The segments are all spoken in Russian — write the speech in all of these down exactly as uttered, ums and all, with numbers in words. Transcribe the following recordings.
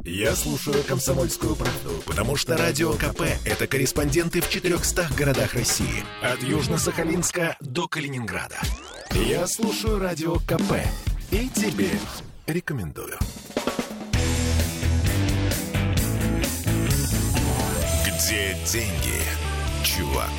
Я слушаю «Комсомольскую правду», потому что Радио КП — это корреспонденты в четырехстах городах России. От Южно-Сахалинска до Калининграда. Я слушаю Радио КП и тебе рекомендую. Где деньги, чувак?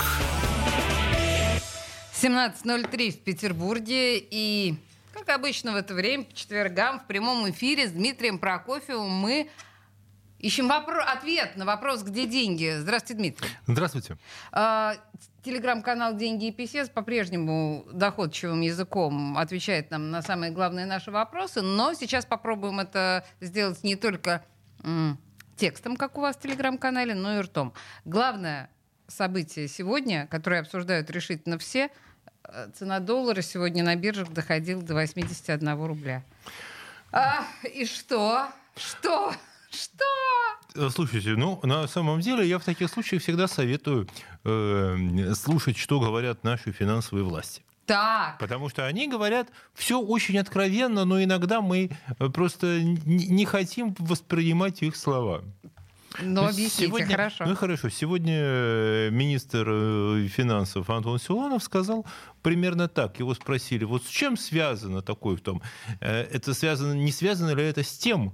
семнадцать ноль три в Петербурге. И, как обычно в это время, по четвергам в прямом эфире с Дмитрием Прокофьевым мы ищем вопро- ответ на вопрос «Где деньги?». Здравствуйте, Дмитрий. Здравствуйте. А, телеграм-канал «Деньги и писец» по-прежнему доходчивым языком отвечает нам на самые главные наши вопросы, но сейчас попробуем это сделать не только м- текстом, как у вас в телеграм-канале, но и ртом. Главное событие сегодня, которое обсуждают решительно все, цена доллара сегодня на биржах доходила до восемьдесят один рубля. А, и что? Что? Что? Слушайте, ну, на самом деле, я в таких случаях всегда советую э, слушать, что говорят наши финансовые власти. Так. Потому что они говорят все очень откровенно, но иногда мы просто не хотим воспринимать их слова. Ну, объясните, сегодня, хорошо. Ну, хорошо. Сегодня министр финансов Антон Силуанов сказал примерно так. Его спросили, вот с чем связано такое в том? Это связано, не связано ли это с тем,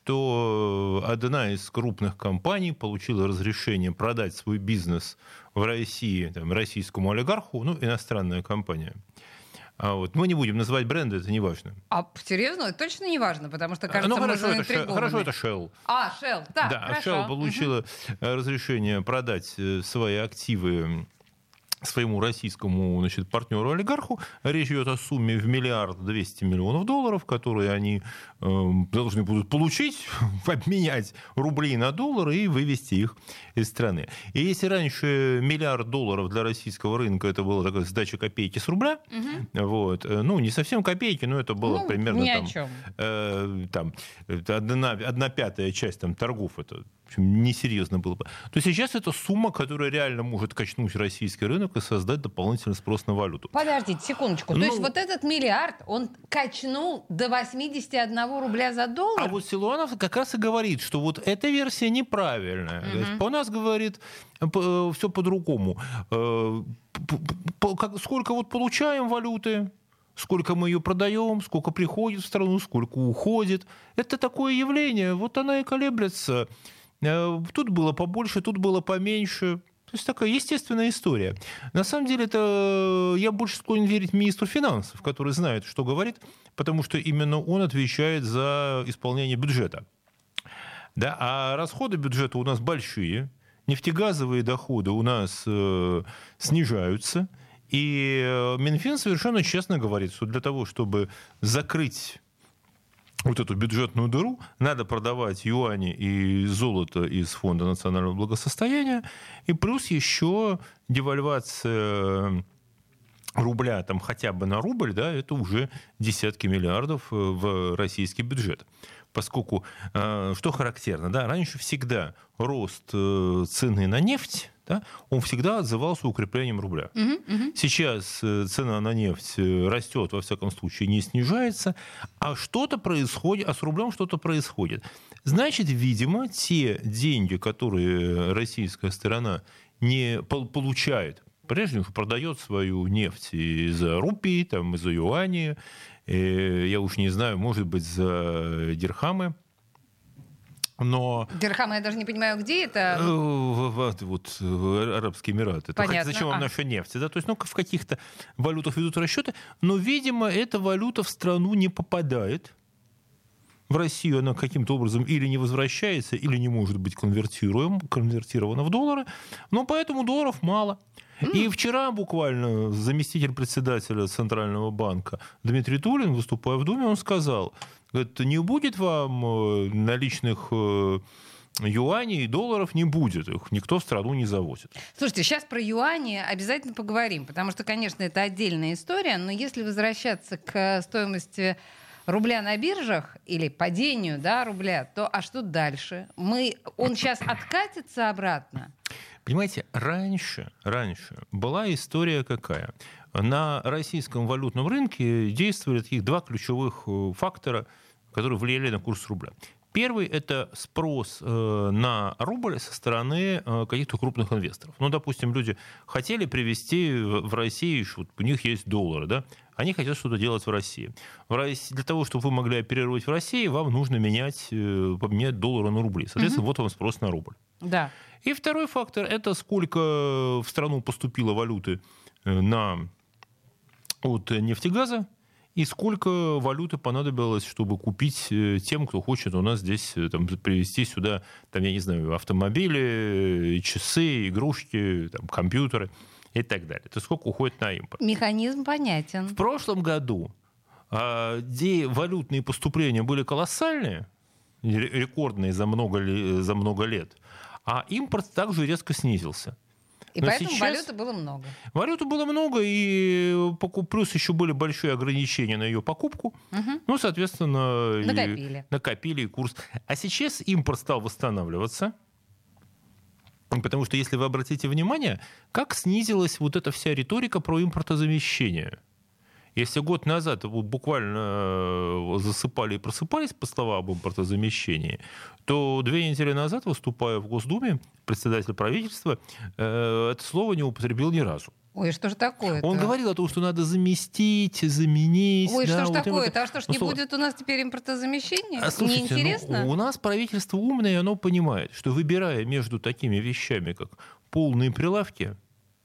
что одна из крупных компаний получила разрешение продать свой бизнес в России там, российскому олигарху, ну, иностранная компания. А вот мы не будем называть бренды, это не важно. А серьезно? Это точно не важно, потому что, кажется, ну, мы хорошо, это заинтригованы. Хорошо, это Shell. А, Shell, так, да, хорошо. Shell получила угу. разрешение продать свои активы своему российскому, значит, партнеру-олигарху. Речь идет о сумме в миллиард двести миллионов долларов, которые они э, должны будут получить, обменять рубли на доллары и вывести их из страны. И если раньше миллиард долларов для российского рынка это была такая сдача копейки с рубля, угу. вот, ну, не совсем копейки, но это было ну, примерно ни там, о чем. Э, там одна, одна пятая часть там, торгов, это в общем, несерьезно было бы, то сейчас это сумма, которая реально может качнуть российский рынок и создать дополнительный спрос на валюту. Подождите, секундочку. Ну, то есть вот этот миллиард, он качнул до восемьдесят один рубля за доллар? А вот Силуанов как раз и говорит, что вот эта версия неправильная. Uh-huh. У нас, говорит, все по-другому. Сколько вот получаем валюты, сколько мы ее продаем, сколько приходит в страну, сколько уходит. Это такое явление. Вот она и колеблется. Тут было побольше, тут было поменьше. То есть такая естественная история. На самом деле, это я больше склонен верить министру финансов, который знает, что говорит, потому что именно он отвечает за исполнение бюджета. Да? А расходы бюджета у нас большие, нефтегазовые доходы у нас э, снижаются, и Минфин совершенно честно говорит, что для того, чтобы закрыть вот эту бюджетную дыру, надо продавать юани и золото из Фонда национального благосостояния, и плюс еще девальвация рубля там, хотя бы на рубль, да, это уже десятки миллиардов в российский бюджет. Поскольку, что характерно, да, раньше всегда рост цены на нефть, да, он всегда отзывался укреплением рубля. Uh-huh, uh-huh. Сейчас цена на нефть растет, во всяком случае, не снижается, а что-то происходит, а с рублем что-то происходит. Значит, видимо, те деньги, которые российская сторона не получает, прежде всего продает свою нефть из-за рупий, там, из-за юаней, я уж не знаю, может быть, за дирхамы. Но... Дирхамы, я даже не понимаю, где это? Вот, вот Арабские Эмираты. Понятно. Зачем вам а. наша нефть? Да? То есть, ну, в каких-то валютах ведут расчеты, но, видимо, эта валюта в страну не попадает. В Россию она каким-то образом или не возвращается, или не может быть конвертируем, конвертирована в доллары. Но поэтому долларов мало. Mm. И вчера буквально заместитель председателя Центрального банка Дмитрий Тулин, выступая в Думе, он сказал, говорит, не будет вам наличных юаней и долларов, не будет. Их никто в страну не завозит. Слушайте, сейчас про юани обязательно поговорим, потому что, конечно, это отдельная история, но если возвращаться к стоимости рубля на биржах или падению, да, рубля, то а что дальше? Мы, он сейчас откатится обратно? Понимаете, раньше, раньше была история какая? На российском валютном рынке действовали таких два ключевых фактора, которые влияли на курс рубля. Первый – это спрос э, на рубль со стороны э, каких-то крупных инвесторов. Ну, допустим, люди хотели привезти в, в Россию, вот у них есть доллары, да, они хотят что-то делать в России. В России. Для того, чтобы вы могли оперировать в России, вам нужно менять, э, поменять доллары на рубли. Соответственно, угу. вот вам спрос на рубль. Да. И второй фактор – это сколько в страну поступило валюты на, от нефтегаза, и сколько валюты понадобилось, чтобы купить тем, кто хочет у нас здесь там, привезти сюда, там, я не знаю, автомобили, часы, игрушки, там, компьютеры и так далее. Это сколько уходит на импорт. Механизм понятен. В прошлом году, где валютные поступления были колоссальные, рекордные за много, за много лет, а импорт также резко снизился. И Но поэтому сейчас валюты было много. Валюты было много, и плюс еще были большие ограничения на ее покупку. Угу. Ну, соответственно, накопили. И накопили и курс. А сейчас импорт стал восстанавливаться. Потому что, если вы обратите внимание, как снизилась вот эта вся риторика про импортозамещение. Если год назад буквально засыпали и просыпались по словам об импортозамещении, то две недели назад, выступая в Госдуме, председатель правительства это слово не употребил ни разу. Ой, что же такое-то? Он говорил о том, что надо заместить, заменить. Ой, да, что ж вот такое-то? А что ж, ну, не что... будет у нас теперь импортозамещения? А, слушайте, неинтересно? Ну, у нас правительство умное, и оно понимает, что выбирая между такими вещами, как полные прилавки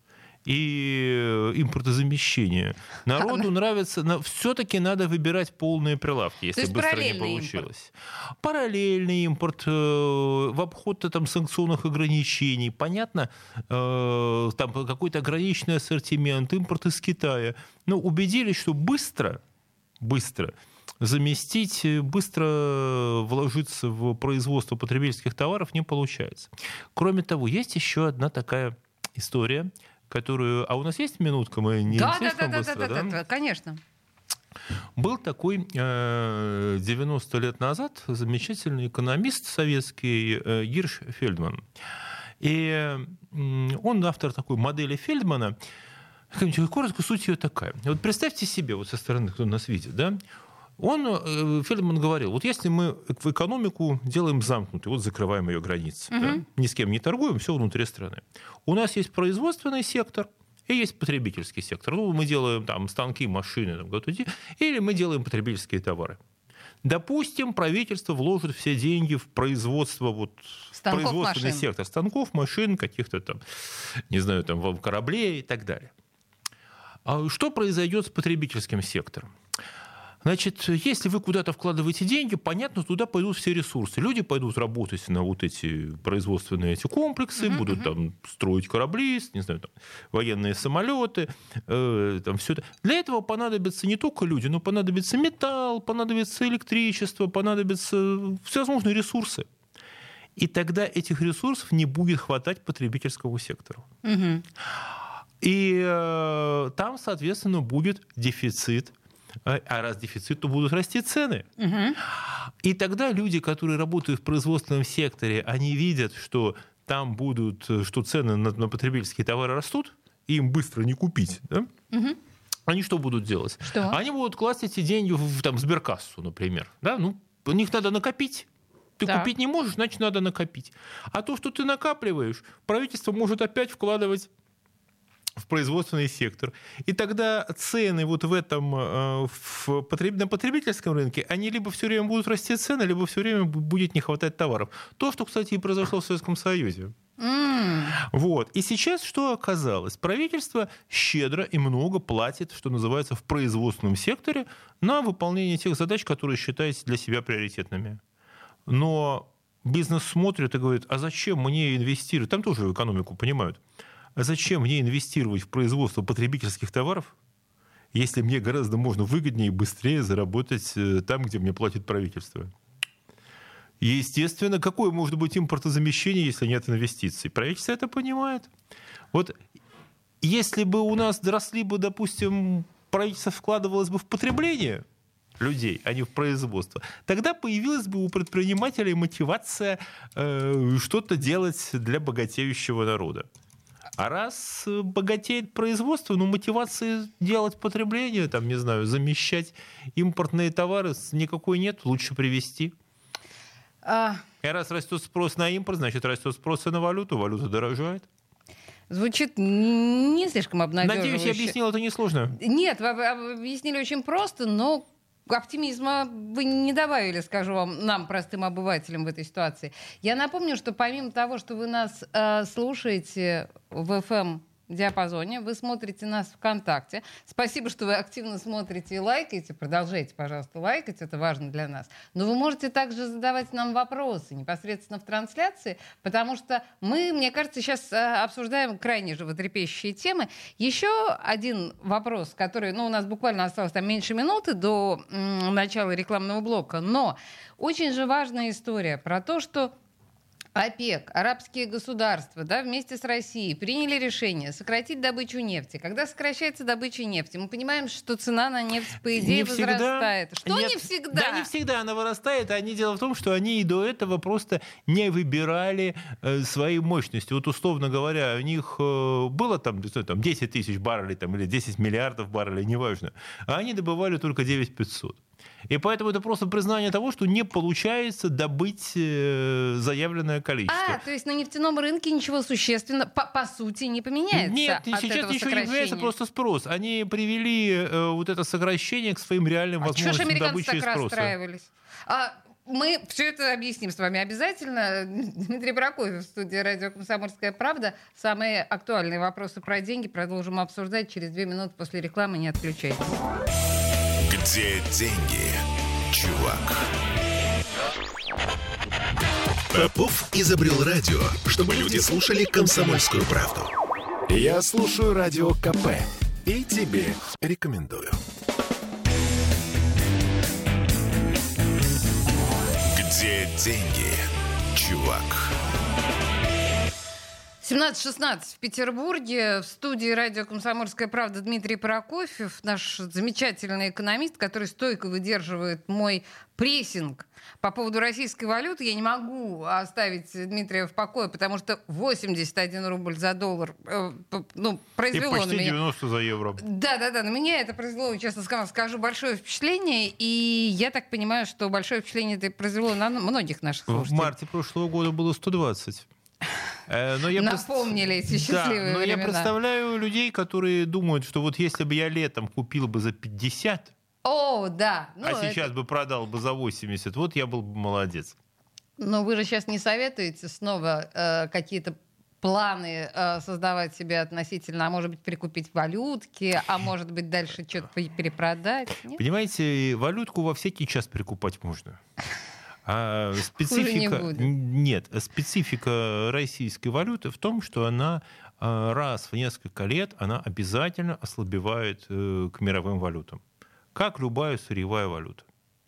и импортозамещение, народу а, нравится, но все-таки надо выбирать полные прилавки, если быстро не получилось. Импорт. Параллельный импорт, э, в обход там, санкционных ограничений, понятно, э, там какой-то ограниченный ассортимент, импорт из Китая. Но убедились, что быстро, быстро заместить, быстро вложиться в производство потребительских товаров не получается. Кроме того, есть еще одна такая история, которую... А у нас есть минутка? Мы не да, да, да, быстро, да, да, да, да, конечно. Был такой э, девяносто лет назад замечательный экономист советский э, Гирш Фельдман. И э, он автор такой модели Фельдмана. Коротко, суть ее такая. Вот представьте себе, вот со стороны, кто нас видит, да, Он, Фельдман говорил, вот если мы в экономику делаем замкнутой, вот закрываем ее границы, угу. да, ни с кем не торгуем, все внутри страны. У нас есть производственный сектор и есть потребительский сектор. Ну, мы делаем там станки, машины, там, или мы делаем потребительские товары. Допустим, правительство вложит все деньги в производство, вот, станков, производственный машин. сектор, станков, машин, каких-то там, не знаю, там, кораблей и так далее. А что произойдет с потребительским сектором? Значит, если вы куда-то вкладываете деньги, понятно, туда пойдут все ресурсы. Люди пойдут работать на вот эти производственные эти комплексы, uh-huh, будут uh-huh. там строить корабли, не знаю, там, военные самолеты, э, там все это. Для этого понадобятся не только люди, но понадобится металл, понадобится электричество, понадобятся всевозможные ресурсы. И тогда этих ресурсов не будет хватать потребительскому сектору. Uh-huh. И э, там, соответственно, будет дефицит. А раз дефицит, то будут расти цены. Угу. И тогда люди, которые работают в производственном секторе, они видят, что там будут, что цены на, на потребительские товары растут, и им быстро не купить. Да? Угу. Они что будут делать? Что? Они будут класть эти деньги в там, сберкассу, например. Да? Ну, у них надо накопить. Ты так. купить не можешь, значит, надо накопить. А то, что ты накапливаешь, правительство может опять вкладывать в производственный сектор. И тогда цены вот в этом, в потреб... на потребительском рынке, они либо все время будут расти цены, либо все время будет не хватать товаров. То, что, кстати, и произошло в Советском Союзе. Mm. Вот. И сейчас что оказалось? Правительство щедро и много платит, что называется, в производственном секторе на выполнение тех задач, которые считаете для себя приоритетными. Но бизнес смотрит и говорит, а зачем мне инвестировать? Там тоже экономику понимают. А зачем мне инвестировать в производство потребительских товаров, если мне гораздо можно выгоднее и быстрее заработать там, где мне платит правительство? Естественно, какое может быть импортозамещение, если нет инвестиций? Правительство это понимает. Вот если бы у нас росли бы, допустим, правительство вкладывалось бы в потребление людей, а не в производство, тогда появилась бы у предпринимателей мотивация э, что-то делать для богатеющего народа. А раз богатеет производство, ну, мотивации делать потребление, там, не знаю, замещать импортные товары никакой нет, лучше привезти. А... И раз растет спрос на импорт, значит, растет спрос и на валюту, валюта дорожает. Звучит не слишком обнадеживающе. Надеюсь, я объяснил это несложно. Нет, вы объяснили очень просто, но оптимизма вы не добавили, скажу вам, нам, простым обывателям в этой ситуации. Я напомню, что помимо того, что вы нас э, слушаете в эф эм диапазоне, вы смотрите нас ВКонтакте. Спасибо, что вы активно смотрите и лайкаете. Продолжайте, пожалуйста, лайкать, это важно для нас. Но вы можете также задавать нам вопросы непосредственно в трансляции, потому что мы, мне кажется, сейчас обсуждаем крайне животрепещущие темы. Еще один вопрос, который, ну, у нас буквально осталось там меньше минуты до м- начала рекламного блока, но очень же важная история про то, что ОПЕК, арабские государства, да, вместе с Россией приняли решение сократить добычу нефти. Когда сокращается добыча нефти, мы понимаем, что цена на нефть, по идее, не возрастает. Всегда. Что Нет, не всегда? Да, не всегда она вырастает. А дело в том, что они и до этого просто не выбирали э, свои мощности. Вот, условно говоря, у них э, было там, там десять тысяч баррелей там, или десять миллиардов баррелей, неважно. А они добывали только девять тысяч пятьсот. И поэтому это просто признание того, что не получается добыть э, заявленное количество. А, то есть на нефтяном рынке ничего существенно, по, по сути, не поменяется. Нет, сейчас ничего не поменяется, просто спрос. Они привели э, вот это сокращение к своим реальным а возможностям добычи и спроса. А чего ж американцы так расстраивались? А мы все это объясним с вами обязательно. Дмитрий Прокофьев в студии «Радио Комсомольская правда». Самые актуальные вопросы про деньги продолжим обсуждать через две минуты после рекламы. Не отключайтесь. Где деньги, чувак? Попов изобрел радио, чтобы люди слушали «Комсомольскую правду». Я слушаю радио ка пэ и тебе рекомендую. Где деньги, чувак? семнадцать шестнадцать в Петербурге. В студии радио «Комсомольская правда» Дмитрий Прокофьев, наш замечательный экономист, который стойко выдерживает мой прессинг по поводу российской валюты. Я не могу оставить Дмитрия в покое, потому что восемьдесят один рубль за доллар э, ну, произвело и почти на меня... девяносто за евро. Да-да-да, на меня это произвело, честно скажу, большое впечатление. И я так понимаю, что большое впечатление это произвело на многих наших слушателей. В марте прошлого года было сто двадцать. Но я Напомнили эти счастливые да, но времена. Я представляю людей, которые думают, что вот если бы я летом купил бы за пятьдесят, О, да. ну, а это... сейчас бы продал бы за восемьдесят, вот я был бы молодец. Но вы же сейчас не советуете снова э, какие-то планы э, создавать себе относительно, а может быть, прикупить валютки, а может быть, дальше что-то перепродать? Нет? Понимаете, валютку во всякий час перекупать можно. А специфика... не Нет, специфика российской валюты в том, что она раз в несколько лет она обязательно ослабевает к мировым валютам, как любая сырьевая валюта.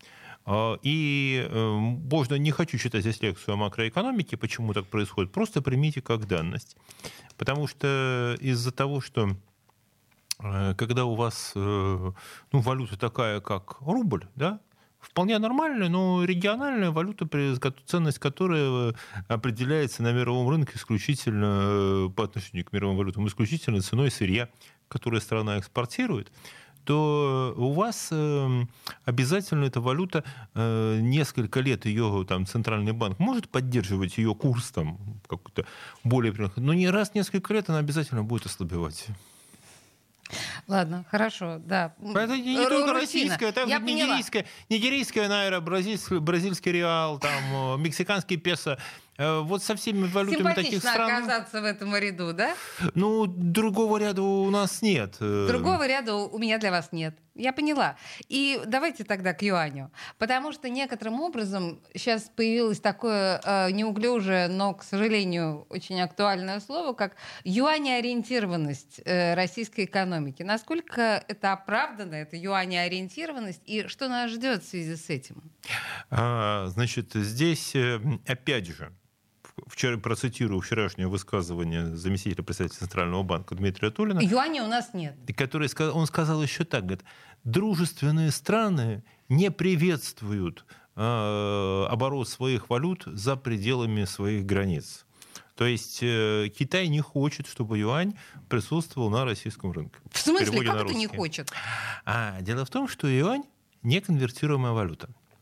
И можно, не хочу читать здесь лекцию о макроэкономике, почему так происходит, просто примите как данность. Потому что из-за того, что когда у вас ну, валюта такая, как рубль, да, вполне нормальная, но региональная валюта, ценность которой определяется на мировом рынке исключительно по отношению к мировым валютам, исключительно ценой сырья, которое страна экспортирует, то у вас обязательно эта валюта несколько лет, ее там Центральный банк может поддерживать ее курс там какой-то более... Но не раз в несколько лет она обязательно будет ослабевать. Ладно, хорошо, да. Это не, не только российская, там нигерийская, нигерийская найра, бразильский, бразильский реал, там, мексиканский песо. Вот со всеми валютами таких стран... Симпатично оказаться в этом ряду, да? Ну, другого ряда у нас нет. Другого ряда у меня для вас нет. Я поняла. И давайте тогда к юаню. Потому что некоторым образом сейчас появилось такое э, неуклюжее, но, к сожалению, очень актуальное слово, как юанеориентированность э, российской экономики. Насколько это оправдано, эта юанеориентированность, и что нас ждет в связи с этим? А, значит, здесь, опять же, вчера процитирую вчерашнее высказывание заместителя председателя Центрального банка Дмитрия Тулина. Юаня у нас нет. Который, он сказал еще так, говорит, дружественные страны не приветствуют э, оборот своих валют за пределами своих границ. То есть э, Китай не хочет, чтобы юань присутствовал на российском рынке. В смысле, как это не хочет? А, дело в том, что юань не конвертируемая валюта.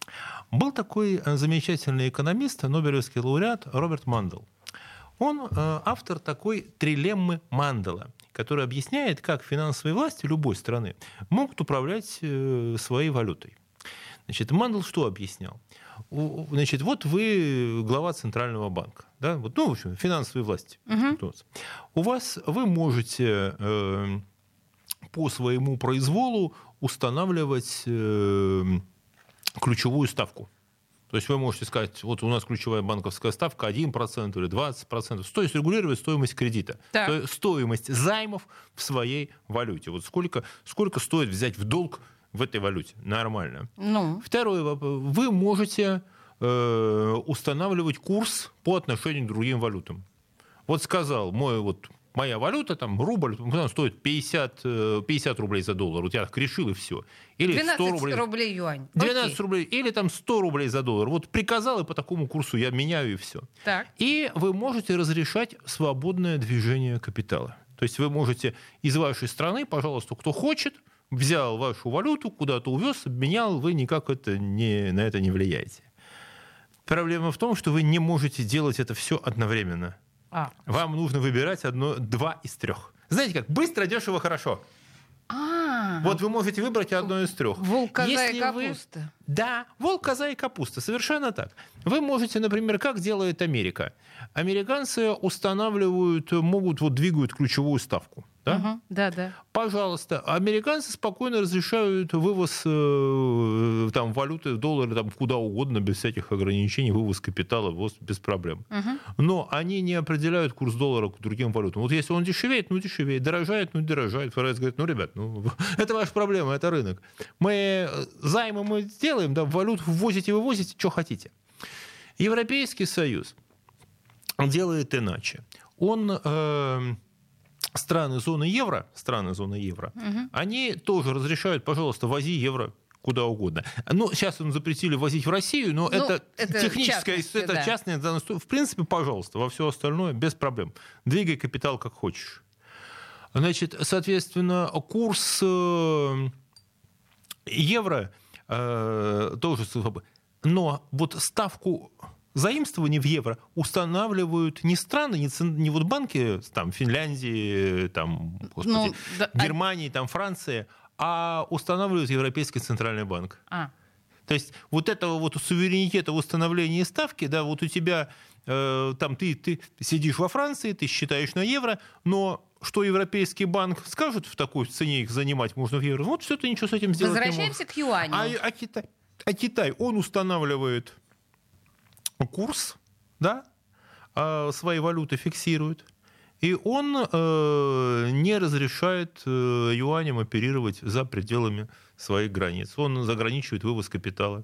Был такой замечательный экономист, нобелевский лауреат Роберт Мандел. Он автор такой трилеммы Мандела, который объясняет, как финансовые власти любой страны могут управлять своей валютой. Значит, Мандел что объяснял? Значит, вот вы глава Центрального банка, да? Вот, ну, в общем, финансовые власти. Uh-huh. У вас вы можете э, по своему произволу устанавливать э, ключевую ставку. То есть вы можете сказать, вот у нас ключевая банковская ставка один процент или двадцать процентов. То есть регулировать стоимость кредита. Так. Стоимость займов в своей валюте. Вот сколько, сколько стоит взять в долг в этой валюте. Нормально. Ну. Второе. Вы можете э, устанавливать курс по отношению к другим валютам. Вот сказал, мой, вот, моя валюта, там, рубль, стоит пятьдесят, пятьдесят рублей за доллар. Вот я так решил, и все. Или двенадцать рублей, рублей юань. двенадцать Окей. рублей. Или там сто рублей за доллар. Вот приказал, и по такому курсу я меняю, и все. Так. И вы можете разрешать свободное движение капитала. То есть вы можете из вашей страны, пожалуйста, кто хочет, взял вашу валюту, куда-то увез, обменял, вы никак это не, на это не влияете. Проблема в том, что вы не можете делать это все одновременно. А. Вам нужно выбирать одно, два из трех. Знаете как? Быстро, дешево, хорошо. А. Вот вы можете выбрать одно из трех. Волк, коза и капуста. Вы... Да, волк, коза и капуста. Совершенно так. Вы можете, например, как делает Америка. Американцы устанавливают, могут, вот двигают ключевую ставку. Да? Угу, да, да. Пожалуйста, американцы спокойно разрешают вывоз э, там, валюты, доллары там, куда угодно, без всяких ограничений, вывоз капитала вывоз без проблем. Угу. Но они не определяют курс доллара к другим валютам. Вот если он дешевеет, ну дешевеет, дорожает, ну дорожает. ФРС говорит, ну, ребят, ну, это ваша проблема, это рынок. Мы займы мы сделаем, да, валюту ввозите, вывозите, что хотите. Европейский Союз делает иначе. Он... Э, Страны зоны евро, страны зоны евро, угу. они тоже разрешают, пожалуйста, вози евро куда угодно. Ну, сейчас им запретили возить в Россию, но ну, это, это техническая, это да. частная, в принципе, пожалуйста, во все остальное без проблем. Двигай капитал как хочешь. Значит, соответственно, курс евро э, тоже, но вот ставку заимствования в евро устанавливают не страны, не, не вот банки там, Финляндии, там, господи, ну, да, Германии, там, Франции, а устанавливает Европейский центральный банк. А. То есть вот этого вот суверенитета в установлении ставки, да, вот у тебя э, там ты, ты сидишь во Франции, ты считаешь на евро, но что Европейский банк скажет в такой цене их занимать можно в евро, вот все, ты ничего с этим сделать не можешь. Возвращаемся к юаню. А, а, Китай, а Китай, он устанавливает курс, да, своей валюты фиксирует, и он э, не разрешает э, юаням оперировать за пределами своих границ. Он заграничивает вывоз капитала.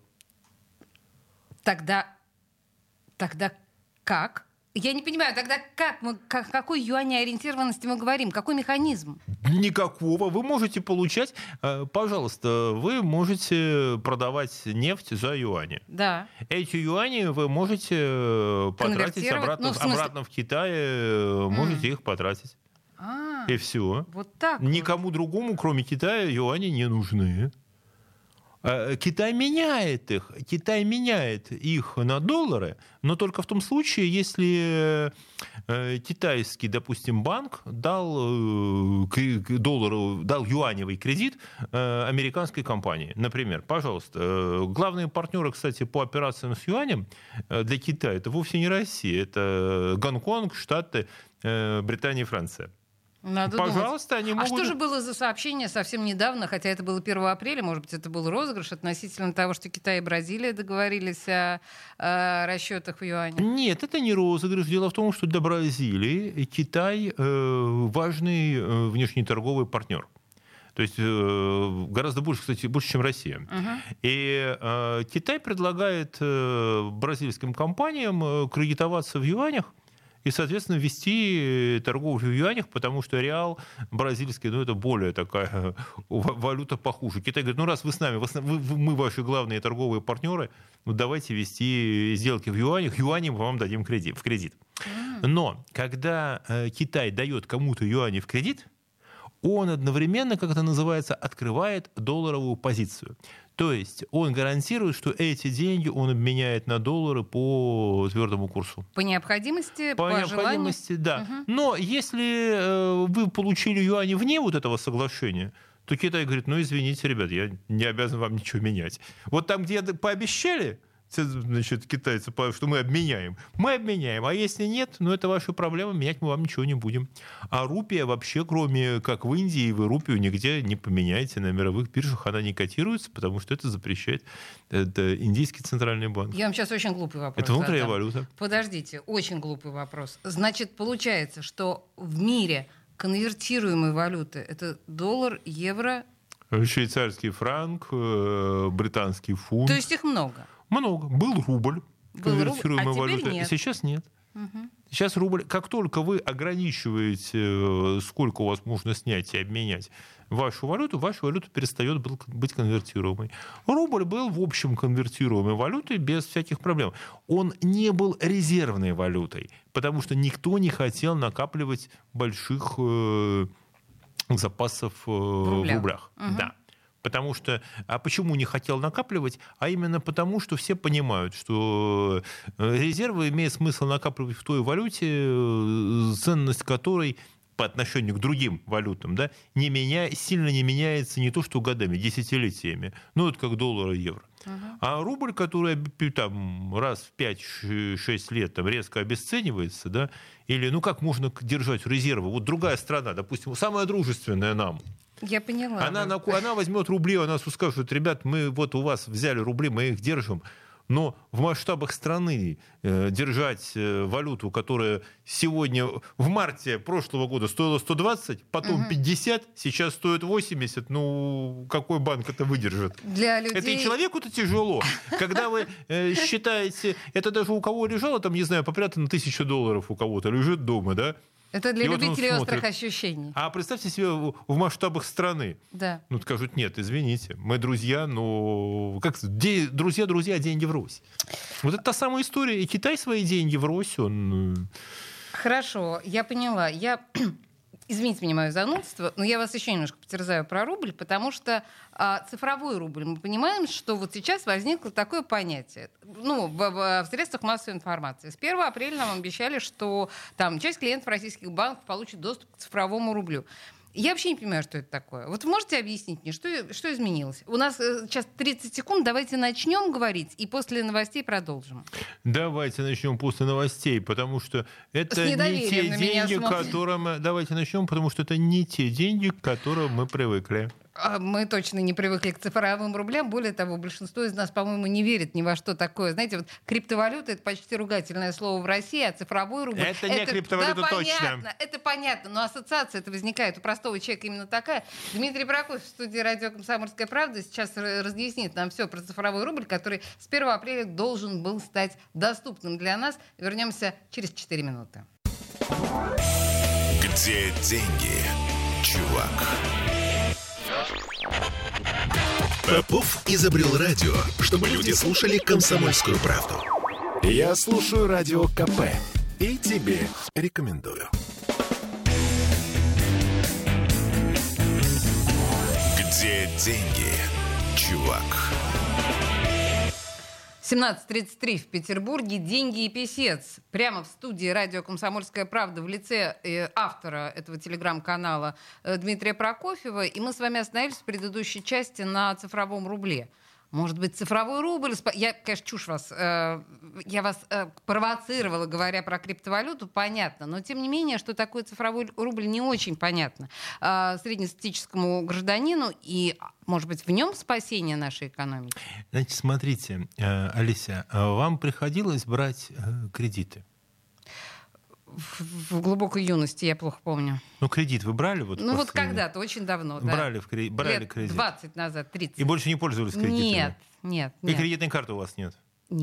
Тогда, тогда как? Я не понимаю, тогда как мы, как, какой юаней ориентированности мы говорим? Какой механизм? Никакого. Вы можете получать, пожалуйста, вы можете продавать нефть за юани. Да. Эти юани вы можете потратить обратно, ну, в обратно в Китае, можете mm. их потратить. А, и все. Вот так. Никому вот. другому, кроме Китая, юани не нужны. Китай меняет их, Китай меняет их на доллары, но только в том случае, если китайский, допустим, банк дал доллару, дал юаневый кредит американской компании. Например, пожалуйста, главные партнеры, кстати, по операциям с юанем для Китая это вовсе не Россия, это Гонконг, Штаты, Британия и Франция. Надо Пожалуйста, думать. они могут... А что же было за сообщение совсем недавно, хотя это было первого апреля, может быть, это был розыгрыш относительно того, что Китай и Бразилия договорились о, о расчетах в юане? Нет, это не розыгрыш. Дело в том, что для Бразилии Китай э, важный э, внешнеторговый партнер. То есть э, гораздо больше, кстати, больше, чем Россия. Uh-huh. И э, Китай предлагает э, бразильским компаниям э, кредитоваться в юанях, и, соответственно, вести торговлю в юанях, потому что реал бразильский, ну, это более такая валюта похуже. Китай говорит, ну, раз вы с нами, вы, вы, мы ваши главные торговые партнеры, ну, давайте вести сделки в юанях, юани мы вам дадим кредит, в кредит. Но когда э, Китай дает кому-то юани в кредит, он одновременно, как это называется, открывает долларовую позицию. То есть он гарантирует, что эти деньги он обменяет на доллары по твердому курсу. По необходимости, по, по необходимости, желанию. Да. Угу. Но если э, вы получили юани вне вот этого соглашения, то Китай говорит, ну извините, ребят, я не обязан вам ничего менять. Вот там, где пообещали, значит, китайцы, что мы обменяем, мы обменяем, а если нет, ну это ваша проблема, менять мы вам ничего не будем. А рупия вообще, кроме как в Индии, вы рупию нигде не поменяете на мировых биржах, она не котируется, потому что это запрещает это индийский центральный банк. Я вам сейчас очень глупый вопрос Это внутренняя задам. валюта. Подождите, очень глупый вопрос. Значит, получается, что в мире конвертируемые валюты — это доллар, евро... Швейцарский франк, британский фунт. То есть их много? Много. Был рубль, конвертируемая а валюта. Нет. Сейчас нет. Угу. Сейчас рубль, как только вы ограничиваете, сколько у вас можно снять и обменять вашу валюту, ваша валюта перестает быть конвертируемой. Рубль был, в общем, конвертируемой валютой без всяких проблем. Он не был резервной валютой, потому что никто не хотел накапливать больших э, запасов э, в рублях. В рублях. Угу. Да. Потому что, а почему не хотел накапливать? А именно потому, что все понимают, что резервы имеет смысл накапливать в той валюте, ценность которой по отношению к другим валютам, да, не меня, сильно не меняется не то что годами, десятилетиями. Ну, это как доллар и евро. Uh-huh. А рубль, который там, раз в пять-шесть лет там, резко обесценивается, да, или ну как можно держать резервы? Вот другая страна, допустим, самая дружественная нам, я поняла. Она, на, она возьмет рубли, она скажет, ребят, мы вот у вас взяли рубли, мы их держим. Но в масштабах страны э, держать э, валюту, которая сегодня, в марте прошлого года стоила сто двадцать, потом угу. пятьдесят, сейчас стоит восемьдесят, ну какой банк это выдержит? Для людей... Это и человеку-то тяжело. Когда вы э, считаете, это даже у кого лежало, там, не знаю, попрятано тысяча долларов у кого-то, лежит дома, да? Это для и любителей вот острых ощущений. А представьте себе в масштабах страны. Да. Ну, скажут, нет, извините, мы друзья, но... Как де... друзья, друзья, деньги врозь. Вот это та самая история. И Китай свои деньги врозь, он... Хорошо, я поняла. Я... Извините меня, мое занудство, но я вас еще немножко потерзаю про рубль, потому что а, цифровой рубль, мы понимаем, что вот сейчас возникло такое понятие, ну, в, в, в средствах массовой информации. С первого апреля нам обещали, что там часть клиентов российских банков получит доступ к цифровому рублю. Я вообще не понимаю, что это такое. Вот можете объяснить мне, что, что изменилось? У нас сейчас тридцать секунд, давайте начнем говорить, и после новостей продолжим. Давайте начнем после новостей, потому что это не те деньги, к которым... Давайте начнем, потому что это не те деньги, к которым мы привыкли. Мы точно не привыкли к цифровым рублям. Более того, большинство из нас, по-моему, не верит ни во что такое. Знаете, вот криптовалюта — это почти ругательное слово в России, а цифровой рубль... Это, это... не криптовалюта, да, точно. Понятно, это понятно, но ассоциация это возникает у простого человека именно такая. Дмитрий Прокофьев в студии радио «Комсомольская правда» сейчас разъяснит нам все про цифровой рубль, который с первого апреля должен был стать доступным для нас. Вернемся через четыре минуты. Где деньги, чувак? Попов изобрел радио, чтобы люди слушали «Комсомольскую правду». Я слушаю радио КП и тебе рекомендую. Где деньги, чувак? семнадцать тридцать три в Петербурге. Деньги и писец. Прямо в студии радио «Комсомольская правда» в лице э, автора этого телеграм-канала э, Дмитрия Прокофьева. И мы с вами остановились в предыдущей части на цифровом рубле. Может быть, цифровой рубль... Я, конечно, чушь вас... Э, я вас э, провоцировала, говоря про криптовалюту, понятно. Но, тем не менее, что такое цифровой рубль, не очень понятно э, среднестатистическому гражданину. И, может быть, в нем спасение нашей экономики? Значит, смотрите, э, Олеся, вам приходилось брать э, кредиты? В, в глубокой юности, я плохо помню. Ну, кредит вы брали? Вот ну, вот когда-то, очень давно, да. Брали, в кредит, брали Лет кредит? двадцать назад, тридцать. И больше не пользовались кредитами? Нет, нет, нет. И кредитной карты у вас нет? Нет.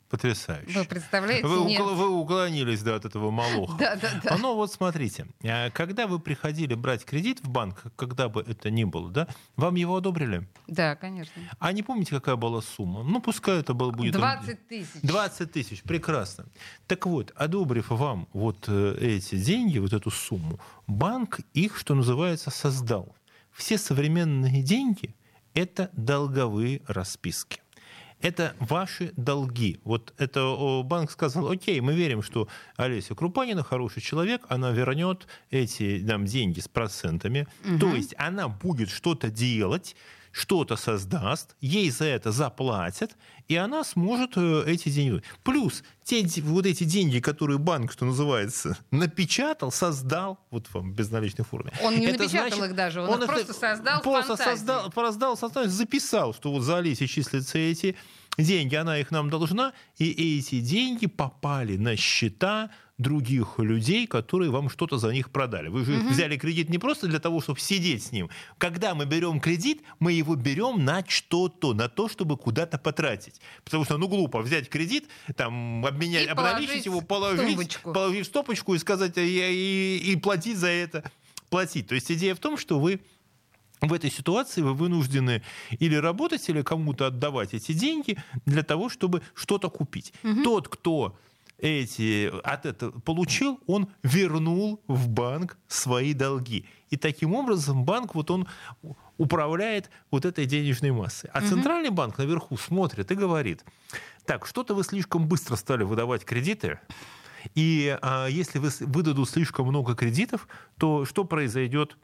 Потрясающе. Вы представляете? Вы, Нет. угл- вы уклонились, да, от этого молоха. Да, да, да. Но вот смотрите, а когда вы приходили брать кредит в банк, когда бы это ни было, да, вам его одобрили? Да, конечно. А не помните, какая была сумма? Ну, пускай это был, будет... двадцать тысяч. двадцать тысяч, прекрасно. Так вот, одобрив вам вот э, эти деньги, вот эту сумму, банк их, что называется, создал. Все современные деньги – это долговые расписки. Это ваши долги. Вот это банк сказал: окей, мы верим, что Олеся Крупанина хороший человек, она вернет эти нам деньги с процентами. Угу. То есть она будет что-то делать, что-то создаст, ей за это заплатят, и она сможет эти деньги... Плюс те, вот эти деньги, которые банк, что называется, напечатал, создал, вот вам в безналичной форме. Он не это напечатал значит, их даже, он, он их просто создал просто в фантазии. создал, создал, создал, записал, что вот за Олесей числятся эти деньги, она их нам должна, и эти деньги попали на счета других людей, которые вам что-то за них продали. Вы же угу. взяли кредит не просто для того, чтобы сидеть с ним. Когда мы берем кредит, мы его берем на что-то, на то, чтобы куда-то потратить. Потому что, ну, глупо взять кредит, там, обменять, обналичить его, положить, положить в стопочку и сказать, и, и, и платить за это. Платить. То есть идея в том, что вы в этой ситуации вы вынуждены или работать, или кому-то отдавать эти деньги для того, чтобы что-то купить. Угу. Тот, кто эти от этого получил, он вернул в банк свои долги. И таким образом банк вот он управляет вот этой денежной массой. А угу. центральный банк наверху смотрит и говорит: так, что-то вы слишком быстро стали выдавать кредиты, и а, если вы выдадут слишком много кредитов, то что произойдет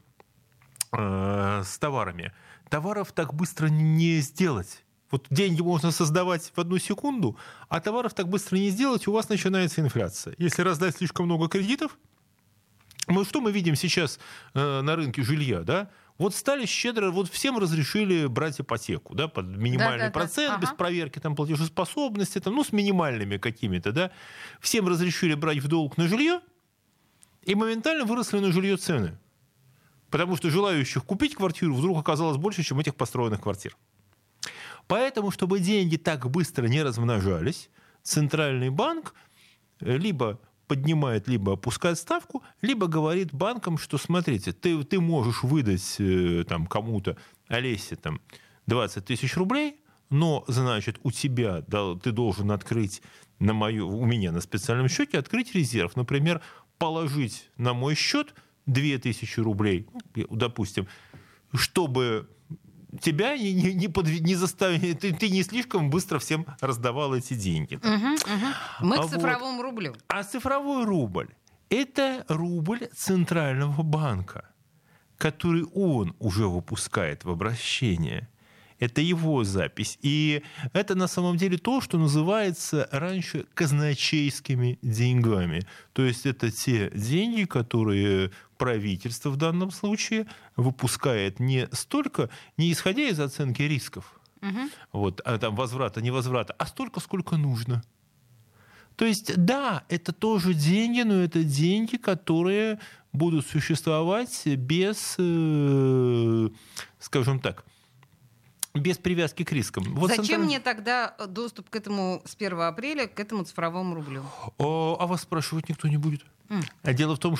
а, с товарами? Товаров так быстро не сделать. Вот деньги можно создавать в одну секунду, а товаров так быстро не сделать, у вас начинается инфляция. Если раздать слишком много кредитов, мы, что мы видим сейчас э, на рынке жилья, да? Вот стали щедро, вот всем разрешили брать ипотеку, да, под минимальный да, да, процент, да. без ага. проверки там, платежеспособности, там, ну, с минимальными какими-то, да. Всем разрешили брать в долг на жилье, и моментально выросли на жилье цены. Потому что желающих купить квартиру вдруг оказалось больше, чем этих построенных квартир. Поэтому, чтобы деньги так быстро не размножались, центральный банк либо поднимает, либо опускает ставку, либо говорит банкам, что смотрите, ты, ты можешь выдать там, кому-то, Олесе, там, двадцать тысяч рублей, но, значит, у тебя да, ты должен открыть на мою, у меня на специальном счете открыть резерв. Например, положить на мой счет две тысячи рублей, допустим, чтобы тебя не, не, не, под, не заставили, ты, ты не слишком быстро всем раздавал эти деньги. Угу, угу. Мы а к цифровому вот. рублю. А цифровой рубль – это рубль Центрального банка, который он уже выпускает в обращение. Это его запись. И это на самом деле то, что называется раньше казначейскими деньгами. То есть это те деньги, которые правительство в данном случае выпускает не столько, не исходя из оценки рисков, угу. вот, а там возврата, невозврата, а столько, сколько нужно. То есть, да, это тоже деньги, но это деньги, которые будут существовать без, э, скажем так, без привязки к рискам. Вот Зачем центральный... мне тогда доступ к этому с первого апреля, к этому цифровому рублю? А, а вас спрашивать никто не будет. Mm. Дело в том,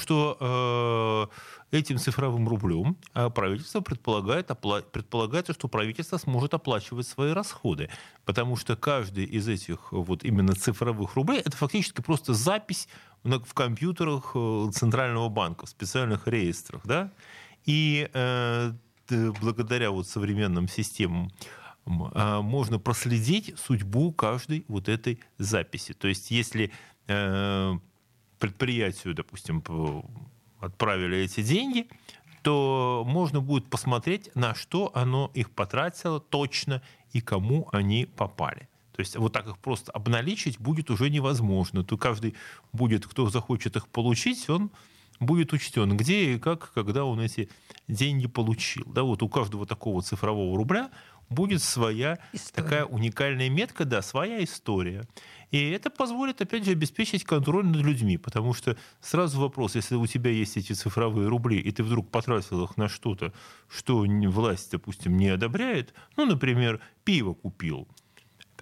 что э, этим цифровым рублем правительство предполагает, опла... предполагается, что правительство сможет оплачивать свои расходы. Потому что каждый из этих вот именно цифровых рублей это фактически просто запись в компьютерах Центрального банка, в специальных реестрах. Да? И э, благодаря вот современным системам можно проследить судьбу каждой вот этой записи. То есть если э, предприятию, допустим, отправили эти деньги, то можно будет посмотреть, на что оно их потратило точно и кому они попали. То есть вот так их просто обналичить будет уже невозможно. То каждый будет, кто захочет их получить, он будет учтен, где и как, когда он эти деньги получил. Да, вот у каждого такого цифрового рубля будет своя история. Такая уникальная метка, да, своя история. И это позволит, опять же, обеспечить контроль над людьми, потому что сразу вопрос, если у тебя есть эти цифровые рубли, и ты вдруг потратил их на что-то, что власть, допустим, не одобряет, ну, например, пиво купил,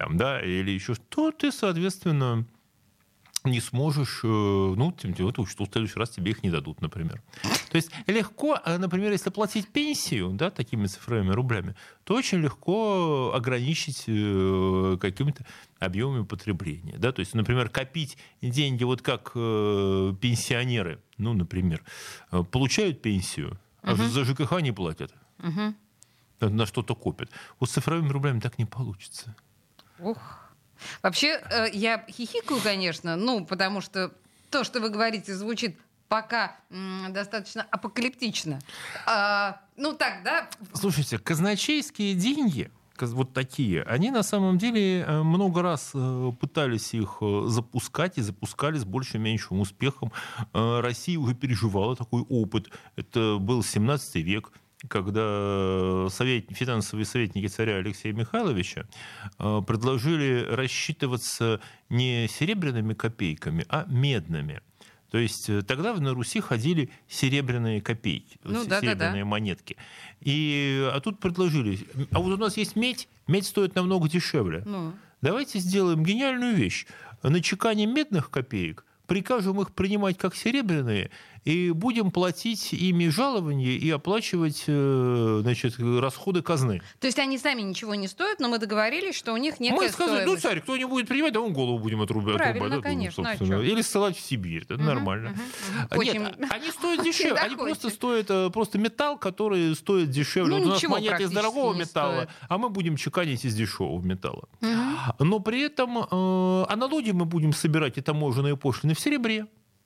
там, да, или еще что, то ты, соответственно, не сможешь, ну, что в следующий раз тебе их не дадут, например. То есть легко, например, если платить пенсию, да, такими цифровыми рублями, то очень легко ограничить какими-то объемами потребления. Да? То есть, например, копить деньги, вот как пенсионеры, ну, например, получают пенсию, а uh-huh. за ЖКХ не платят, uh-huh. на что-то копят. Вот с цифровыми рублями так не получится. Ух. Вообще, я хихикаю, конечно, ну, потому что то, что вы говорите, звучит пока м, достаточно апокалиптично. А, ну, так, да? Слушайте, казначейские деньги, вот такие, они на самом деле много раз пытались их запускать и запускали с большим-меньшим успехом. Россия уже переживала такой опыт. Это был семнадцатый век, когда совет, финансовые советники царя Алексея Михайловича предложили рассчитываться не серебряными копейками, а медными. То есть тогда на Руси ходили серебряные копейки, ну, серебряные да, да, да. монетки. И, а тут предложили, а вот у нас есть медь, медь стоит намного дешевле. Ну. Давайте сделаем гениальную вещь. Начеканим медных копеек, прикажем их принимать как серебряные, и будем платить ими жалования и оплачивать, значит, расходы казны. То есть они сами ничего не стоят, но мы договорились, что у них некая мы сказали, стоимость. Ну, царь, кто не будет принимать, да он голову будем отрубать. Правильно, отрубать, конечно. Да, а или ссылать в Сибирь. Это угу, нормально. Угу, угу. Нет, Очень... они стоят дешевле. Они просто стоят просто металл, который стоит дешевле. Ну, вот у нас монеты из дорогого металла, стоит. А мы будем чеканить из дешевого металла. Угу. Но при этом э, а налоги мы будем собирать и таможенные пошлины в серебре.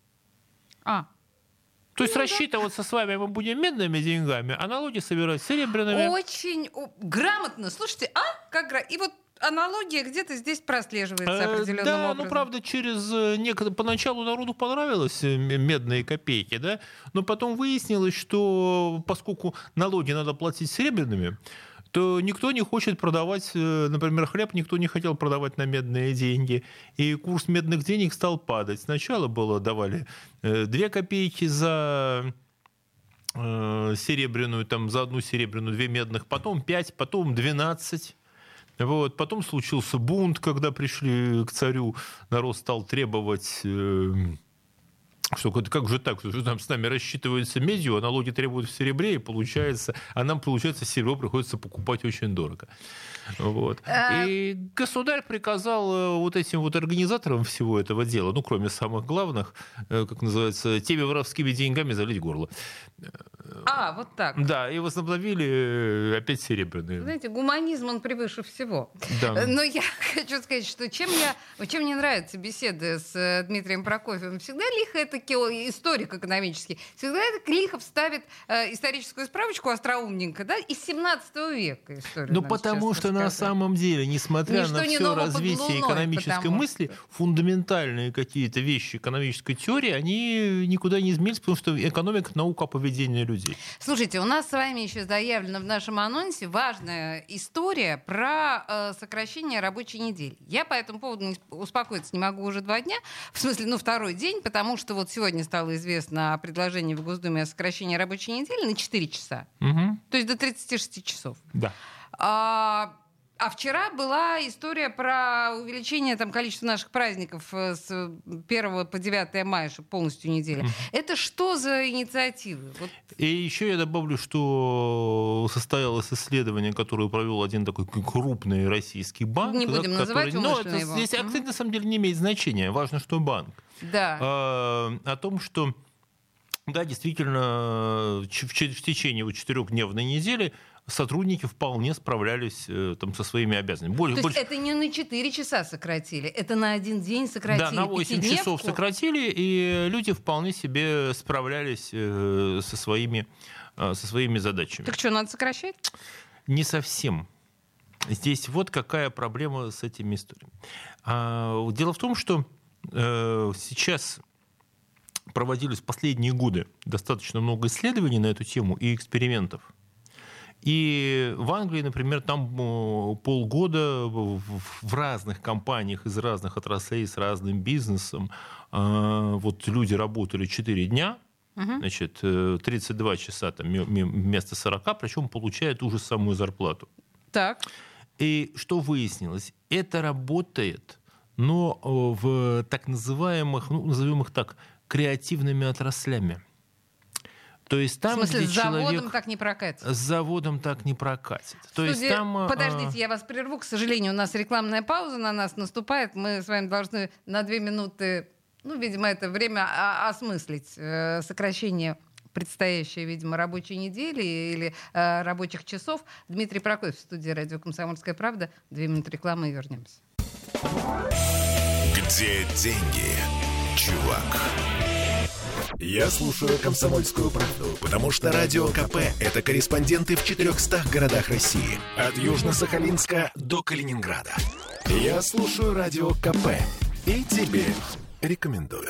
А. То есть ну, рассчитываться да. с вами мы будем медными деньгами, а налоги собирать серебряными. Очень грамотно. Слушайте, а? Как гра... И вот аналогия где-то здесь прослеживается определенным да, образом. ну, правда, через некогда... Поначалу народу понравилось медные копейки, да, но потом выяснилось, что поскольку налоги надо платить серебряными, то никто не хочет продавать, например, хлеб, никто не хотел продавать на медные деньги. И курс медных денег стал падать. Сначала было давали две копейки за серебряную, там, за одну серебряную, две медных, потом пять, потом двенадцать. Вот. Потом случился бунт, когда пришли к царю, народ стал требовать... Что как же так, что там с нами рассчитываются медью, а налоги требуют в серебре, и получается, а нам, получается, серебро приходится покупать очень дорого. Вот. И государь приказал вот этим вот организаторам всего этого дела, ну, кроме самых главных, как называется, теми воровскими деньгами залить горло. А, вот так. Да, и возобновили опять серебряные. Знаете, гуманизм, он превыше всего. Да. Но я хочу сказать, что чем, я, чем мне нравятся беседы с Дмитрием Прокофьевым, всегда лихо это историк экономический, всегда это лихо вставит э, историческую справочку остроумненько, да, из семнадцатого века историю. Ну, потому что на самом деле, несмотря Ничто на все развитие луной, экономической мысли, что... фундаментальные какие-то вещи экономической теории, они никуда не изменились, потому что экономика — наука о поведении людей. Слушайте, у нас с вами еще заявлена в нашем анонсе важная история про э, сокращение рабочей недели. Я по этому поводу не, успокоиться не могу уже два дня, в смысле, ну, второй день, потому что вот сегодня стало известно о предложении в Госдуме о сокращении рабочей недели на четыре часа. Угу. То есть до тридцати шести часов. Да. А, а вчера была история про увеличение там, количества наших праздников с первого по девятое мая, чтобы полностью неделя. Mm-hmm. Это что за инициативы? Вот. И еще я добавлю, что состоялось исследование, которое провел один такой крупный российский банк. Не будем да, называть который... умышленно Но это, его. Здесь, mm-hmm. кстати, на самом деле не имеет значения. Важно, что банк. Да. А, о том, что да, действительно, в, в течение вот четырехдневной недели сотрудники вполне справлялись э, там, со своими обязанностями. Более, То больше... есть это не на четыре часа сократили, это на один день сократили. Да, на восемь часов сократили, и люди вполне себе справлялись э, со, своими, э, со своими задачами. Так что, надо сокращать? Не совсем. Здесь вот какая проблема с этими историями. А, дело в том, что э, сейчас проводились в последние годы достаточно много исследований на эту тему и экспериментов. И в Англии, например, там полгода в разных компаниях из разных отраслей с разным бизнесом вот люди работали четыре дня, угу. значит, тридцать два часа там, вместо сорока, причем получают ту же самую зарплату. Так. И что выяснилось? Это работает, но в так называемых, ну, назовем их так, креативными отраслями. То есть там, в смысле, где с заводом человек... так не прокатит? С заводом так не прокатит. То Студия... есть там... Подождите, я вас прерву. К сожалению, у нас рекламная пауза на нас наступает. Мы с вами должны на две минуты, ну, видимо, это время осмыслить. Сокращение предстоящей, видимо, рабочей недели или э, рабочих часов. Дмитрий Прокофьев в студии радио «Комсомольская правда». Две минуты рекламы и вернемся. Где деньги, чувак? Я слушаю «Комсомольскую правду», потому что Радио КП — это корреспонденты в четырехстах городах России. От Южно-Сахалинска до Калининграда. Я слушаю Радио КП и тебе рекомендую.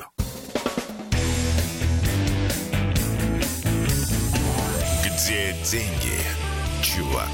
Где деньги, чувак?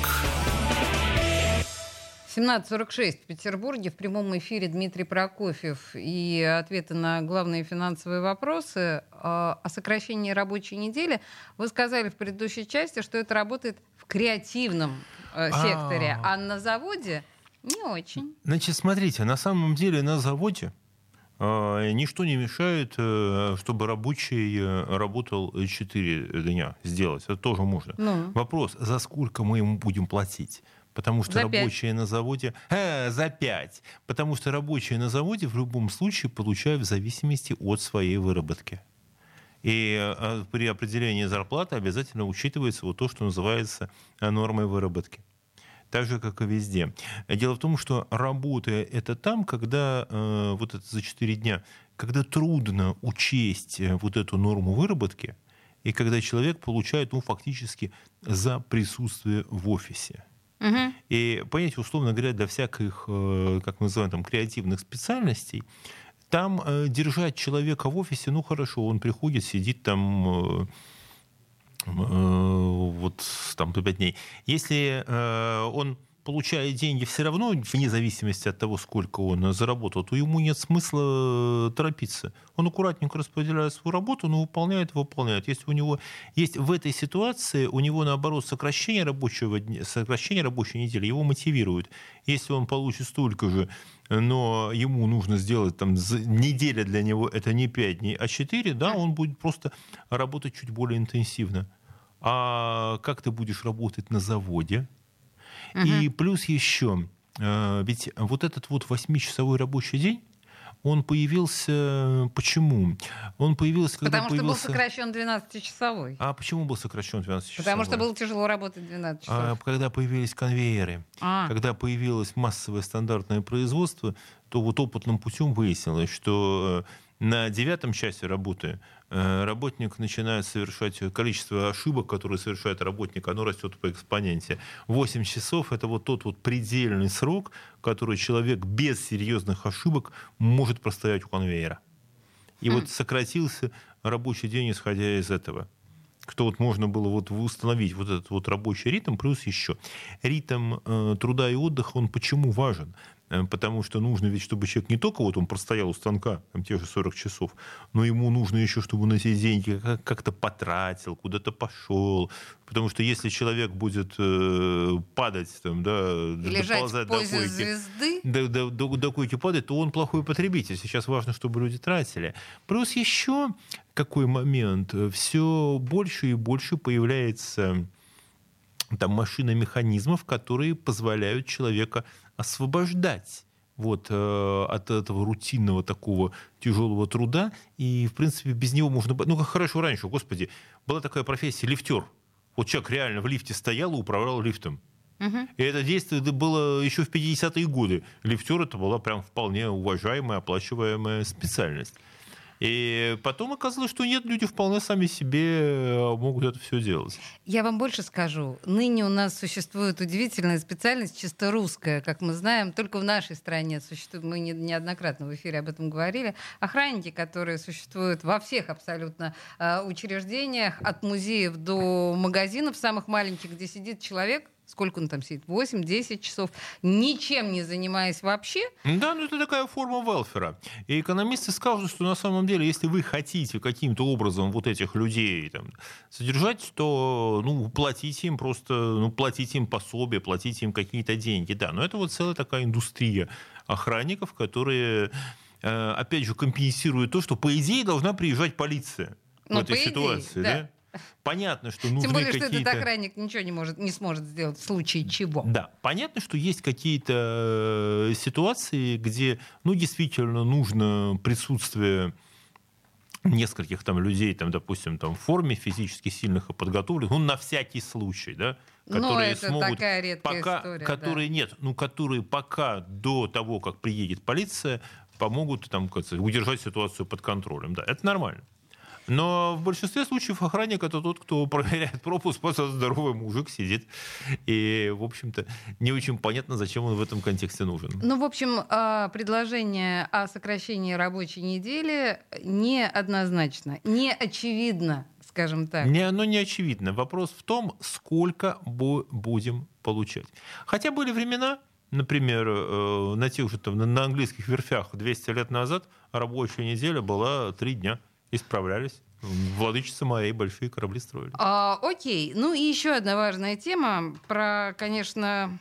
семнадцать сорок шесть в Петербурге. В прямом эфире Дмитрий Прокофьев и ответы на главные финансовые вопросы о сокращении рабочей недели. Вы сказали в предыдущей части, что это работает в креативном секторе, а на заводе не очень. Значит, смотрите, на самом деле на заводе э, ничто не мешает, э, чтобы рабочий э, работал четыре дня сделать. Это тоже можно. Ну. Вопрос, за сколько мы ему будем платить? Потому что за рабочие пять. На заводе... Э, за пять. Потому что рабочие на заводе в любом случае получают в зависимости от своей выработки. И э, при определении зарплаты обязательно учитывается вот то, что называется нормой выработки. Так же, как и везде. Дело в том, что работа — это там, когда э, вот это за четыре дня, когда трудно учесть вот эту норму выработки, и когда человек получает, ну, фактически за присутствие в офисе. Угу. И, понимаете, условно говоря, для всяких, как мы называем, там, креативных специальностей, там э, держать человека в офисе, ну, хорошо, он приходит, сидит там... Э, вот там по пять дней. Если э, он получает деньги все равно, вне зависимости от того, сколько он заработал, то ему нет смысла торопиться. Он аккуратненько распределяет свою работу, но выполняет, выполняет. Если у него есть в этой ситуации, у него, наоборот, сокращение рабочего дня, сокращение рабочей недели его мотивирует. Если он получит столько же, но ему нужно сделать, там, неделя для него это не пять дней, а четыре, да, он будет просто работать чуть более интенсивно. А как ты будешь работать на заводе? Uh-huh. И плюс еще, ведь вот этот вот восьмичасовой рабочий день, он появился... Почему? Он появился, когда Потому появился... что был сокращен двенадцатичасовой. А почему был сокращен двенадцатичасовой? Потому что было тяжело работать двенадцать часов. А, когда появились конвейеры, а. когда появилось массовое стандартное производство, то вот опытным путем выяснилось, что на девятом часе работы работник начинает совершать количество ошибок, которые совершает работник, оно растет по экспоненте. восемь часов — это вот тот вот предельный срок, который человек без серьезных ошибок может простоять у конвейера. И mm. вот сократился рабочий день, исходя из этого. Что вот можно было вот установить вот этот вот рабочий ритм, плюс еще ритм э, труда и отдыха, он почему важен? Потому что нужно ведь, чтобы человек не только вот он простоял у станка там, те же сорок часов, но ему нужно еще, чтобы он эти деньги как-то потратил, куда-то пошел. Потому что если человек будет э, падать, там, да, доползать до койки, звезды. До, до, до, до койки падать, то он плохой потребитель. Сейчас важно, чтобы люди тратили. Плюс еще какой момент. Все больше и больше появляется там машина механизмов, которые позволяют человека освобождать вот, э, от этого рутинного такого тяжелого труда. И, в принципе, без него можно... Ну, как хорошо раньше, господи, была такая профессия лифтер. Вот человек реально в лифте стоял и управлял лифтом. Угу. И это действие было еще в пятидесятые годы. Лифтер — это была прям вполне уважаемая, оплачиваемая специальность. И потом оказалось, что нет, люди вполне сами себе могут это все делать. Я вам больше скажу. Ныне у нас существует удивительная специальность, чисто русская, как мы знаем. Только в нашей стране существует, мы неоднократно в эфире об этом говорили, охранники, которые существуют во всех абсолютно учреждениях, от музеев до магазинов самых маленьких, где сидит человек сколько он там сидит, восемь-десять часов, ничем не занимаясь вообще. Да, ну это такая форма велфера. И экономисты скажут, что на самом деле, если вы хотите каким-то образом вот этих людей там содержать, то ну, платите им просто, ну, платите им пособие, платите им какие-то деньги. Да, но это вот целая такая индустрия охранников, которые, опять же, компенсируют то, что, по идее, должна приезжать полиция в Ну, этой по идее, ситуации. да. Да? Понятно, что нужны Тем более, что какие-то... этот охранник ничего не, может, не сможет сделать в случае чего. Да, понятно, что есть какие-то ситуации, где, ну, действительно нужно присутствие нескольких там людей, там, допустим, там, в форме физически сильных и подготовленных, ну, на всякий случай, да, которые Но это смогут, такая редкая пока, история. которые Да. нет, ну, которые пока до того, как приедет полиция, помогут там, как сказать, удержать ситуацию под контролем. Да, это нормально. Но в большинстве случаев охранник — это тот, кто проверяет пропуск, просто здоровый мужик сидит. И, в общем-то, не очень понятно, зачем он в этом контексте нужен. Ну, в общем, предложение о сокращении рабочей недели неоднозначно, не очевидно, скажем так. Не, оно не очевидно. Вопрос в том, сколько будем получать. Хотя были времена, например, на тех же там, на английских верфях двести лет назад рабочая неделя была три дня. И справлялись. Владычица моей большие корабли строили. А, окей. Ну и еще одна важная тема про, конечно,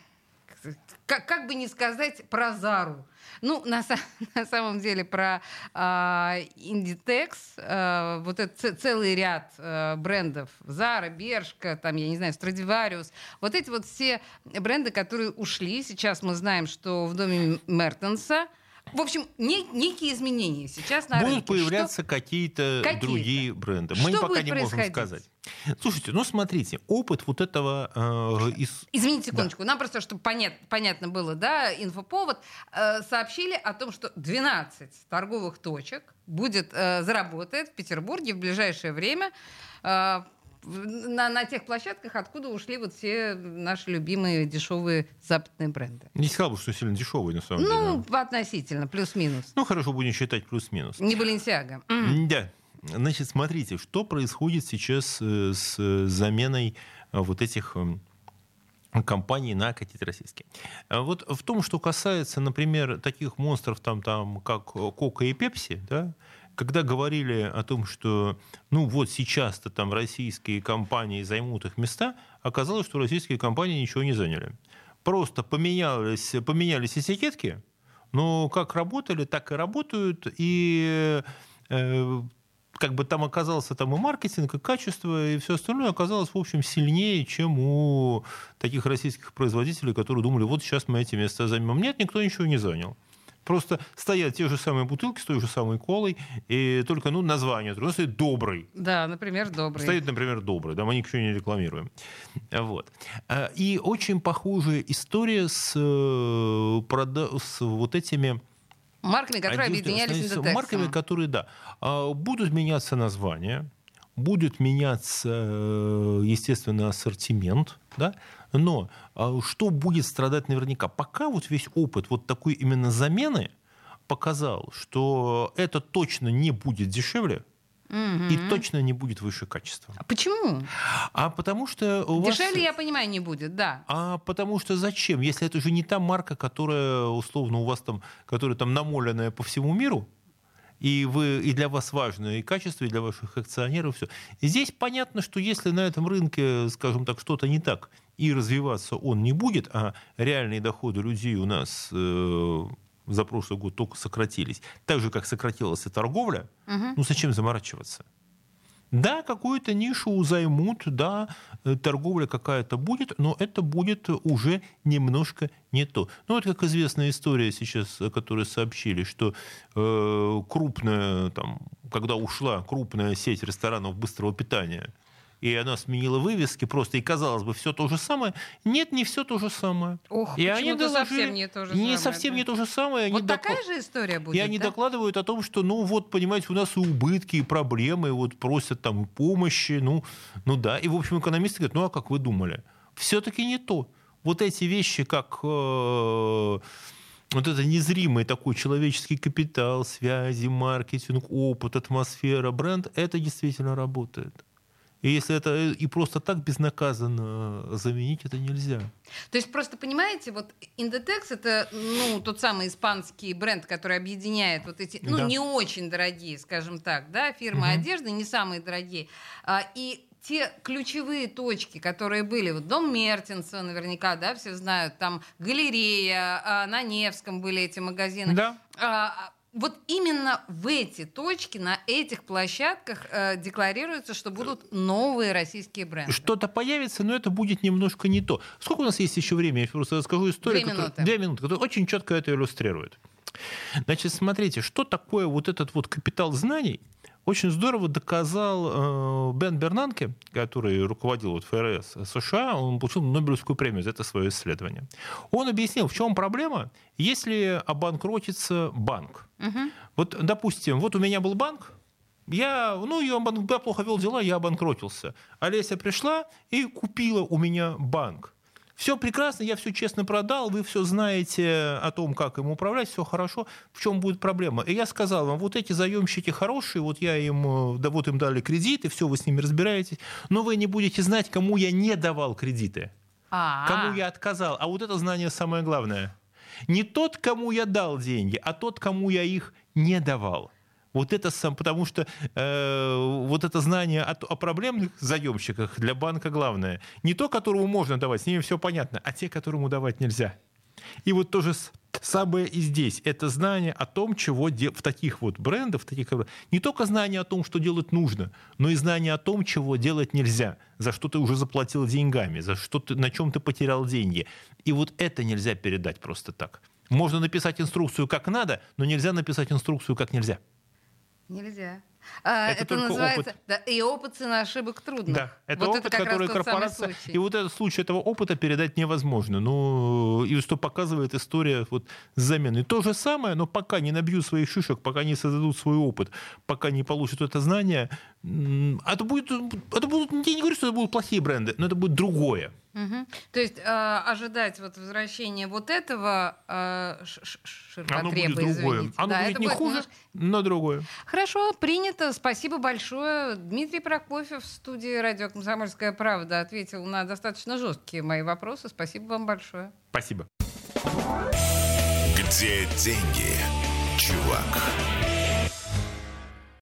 как, как бы не сказать, про Зару. Ну, на, на самом деле, про а, Inditex, а, вот этот целый ряд а, брендов, Zara, Бершка, там, я не знаю, Stradivarius, вот эти вот все бренды, которые ушли. Сейчас мы знаем, что в доме Мертенса, в общем, не, некие изменения сейчас на Будут рынке. появляться Что? какие-то, Какие-то другие бренды. Мы Что пока будет не можем происходить? сказать. Слушайте, ну смотрите, опыт вот этого... Э, из... Извините секундочку, да. Нам просто, чтобы понят, понятно было, да, инфоповод, э, сообщили о том, что двенадцать торговых точек будет, э, заработает в Петербурге в ближайшее время э, на, на тех площадках, откуда ушли вот все наши любимые дешевые западные бренды. Не сказал бы, что сильно дешевые, на самом ну, деле. Ну, относительно, плюс-минус. Ну, хорошо, будем считать плюс-минус. Не Balenciaga. Mm. Да. Значит, смотрите, что происходит сейчас с заменой вот этих компаний на какие-то российские. Вот в том, что касается, например, таких монстров, там, там, как Кока и Пепси, да, когда говорили о том, что ну вот сейчас-то там российские компании займут их места, оказалось, что российские компании ничего не заняли. Просто поменялись, поменялись этикетки, но как работали, так и работают, и э, как бы там оказался там и маркетинг, и качество, и все остальное оказалось, в общем, сильнее, чем у таких российских производителей, которые думали, вот сейчас мы эти места займем. Нет, никто ничего не занял. Просто стоят те же самые бутылки с той же самой колой, и только ну, название. У нас стоит «Добрый». Да, например, «Добрый». Стоит, например, «Добрый». Да, мы ничего не рекламируем. Вот. И очень похожая история с, с вот этими... Марками, которые объединялись Inditex. Марками, которые, да. Будут меняться названия, будет меняться, естественно, ассортимент, да? Но что будет страдать наверняка? Пока вот весь опыт вот такой именно замены показал, что это точно не будет дешевле, угу. и точно не будет выше качества. А почему? А потому что у дешевле, вас... я понимаю, не будет, да. А потому что зачем? Если это же не та марка, которая, условно, у вас там, которая там намоленная по всему миру, и, вы, и для вас важно и качество, и для ваших акционеров все. И здесь понятно, что если на этом рынке, скажем так, что-то не так, и развиваться он не будет, а реальные доходы людей у нас э, за прошлый год только сократились, так же, как сократилась и торговля, угу. ну зачем заморачиваться? Да, какую-то нишу займут, да, торговля какая-то будет, но это будет уже немножко не то. Ну, вот как известная история сейчас, о которой сообщили, что э, крупная, там, когда ушла крупная сеть ресторанов быстрого питания, и она сменила вывески просто, и казалось бы, все то же самое. Нет, не все то же самое. Ох, и они доложили, совсем не то же не самое. совсем да? не то же самое. Вот они такая доклад... же история будет, И они да? докладывают о том, что, ну вот, понимаете, у нас и убытки, и проблемы, и вот просят там помощи, ну, ну да. И, в общем, экономисты говорят, ну а как вы думали? Все-таки не то. Вот эти вещи, как... Э- Вот это незримый такой человеческий капитал, связи, маркетинг, опыт, атмосфера, бренд, это действительно работает. И если это и просто так безнаказанно заменить, это нельзя. То есть просто понимаете, вот Inditex это ну тот самый испанский бренд, который объединяет вот эти ну да. не очень дорогие, скажем так, да, фирмы угу. одежды, не самые дорогие, а, и те ключевые точки, которые были, вот дом Мертенса, наверняка, да, все знают, там галерея, а, на Невском были эти магазины. Да. А, вот именно в эти точки, на этих площадках э, декларируется, что будут новые российские бренды. Что-то появится, но это будет немножко не то. Сколько у нас есть еще времени? Я просто расскажу историю. Две минуты. Которая, две минуты, которая очень четко это иллюстрирует. Значит, смотрите, что такое вот этот вот капитал знаний, очень здорово доказал э, Бен Бернанке, который руководил вот эф эр эс США, он получил Нобелевскую премию за это свое исследование. Он объяснил, в чем проблема, если обанкротится банк. Угу. Вот, допустим, вот у меня был банк, я, ну, я, я плохо вел дела, я обанкротился. Олеся пришла и купила у меня банк. Все прекрасно, я все честно продал, вы все знаете о том, как им управлять, все хорошо. В чем будет проблема? И я сказал вам, вот эти заемщики хорошие, вот я им, да, вот им дали кредиты, все, вы с ними разбираетесь, но вы не будете знать, кому я не давал кредиты, А-а-а. кому я отказал. А вот это знание самое главное. Не тот, кому я дал деньги, а тот, кому я их не давал. Вот это сам, потому что э, вот это знание о, о проблемных заемщиках для банка главное. Не то, которому можно давать, с ними все понятно, а те, которому давать нельзя. И вот то же самое и здесь. Это знание о том, чего де... в таких вот брендах, в таких... не только знание о том, что делать нужно, но и знание о том, чего делать нельзя, за что ты уже заплатил деньгами, за что ты, на чем ты потерял деньги. И вот это нельзя передать просто так. Можно написать инструкцию как надо, но нельзя написать инструкцию как нельзя. Нельзя. А, это это называется... Опыт. Да, и опыт цены ошибок трудно. Да, это вот опыт, это который корпорация... И вот этот случай этого опыта передать невозможно. Ну, и что показывает история вот с заменой. То же самое, но пока не набьют своих шишек, пока не создадут свой опыт, пока не получат это знание, это будет... Это будут... Я не говорю, что это будут плохие бренды, но это будет другое. Угу. То есть э, ожидать вот возвращения вот этого э, ширпотреба, извините. Оно да, будет не будет хуже, немножко... но другое. Хорошо, принято. Спасибо большое. Дмитрий Прокофьев в студии «Радио Комсомольская правда» ответил на достаточно жесткие мои вопросы. Спасибо вам большое. Спасибо. Где деньги, чувак?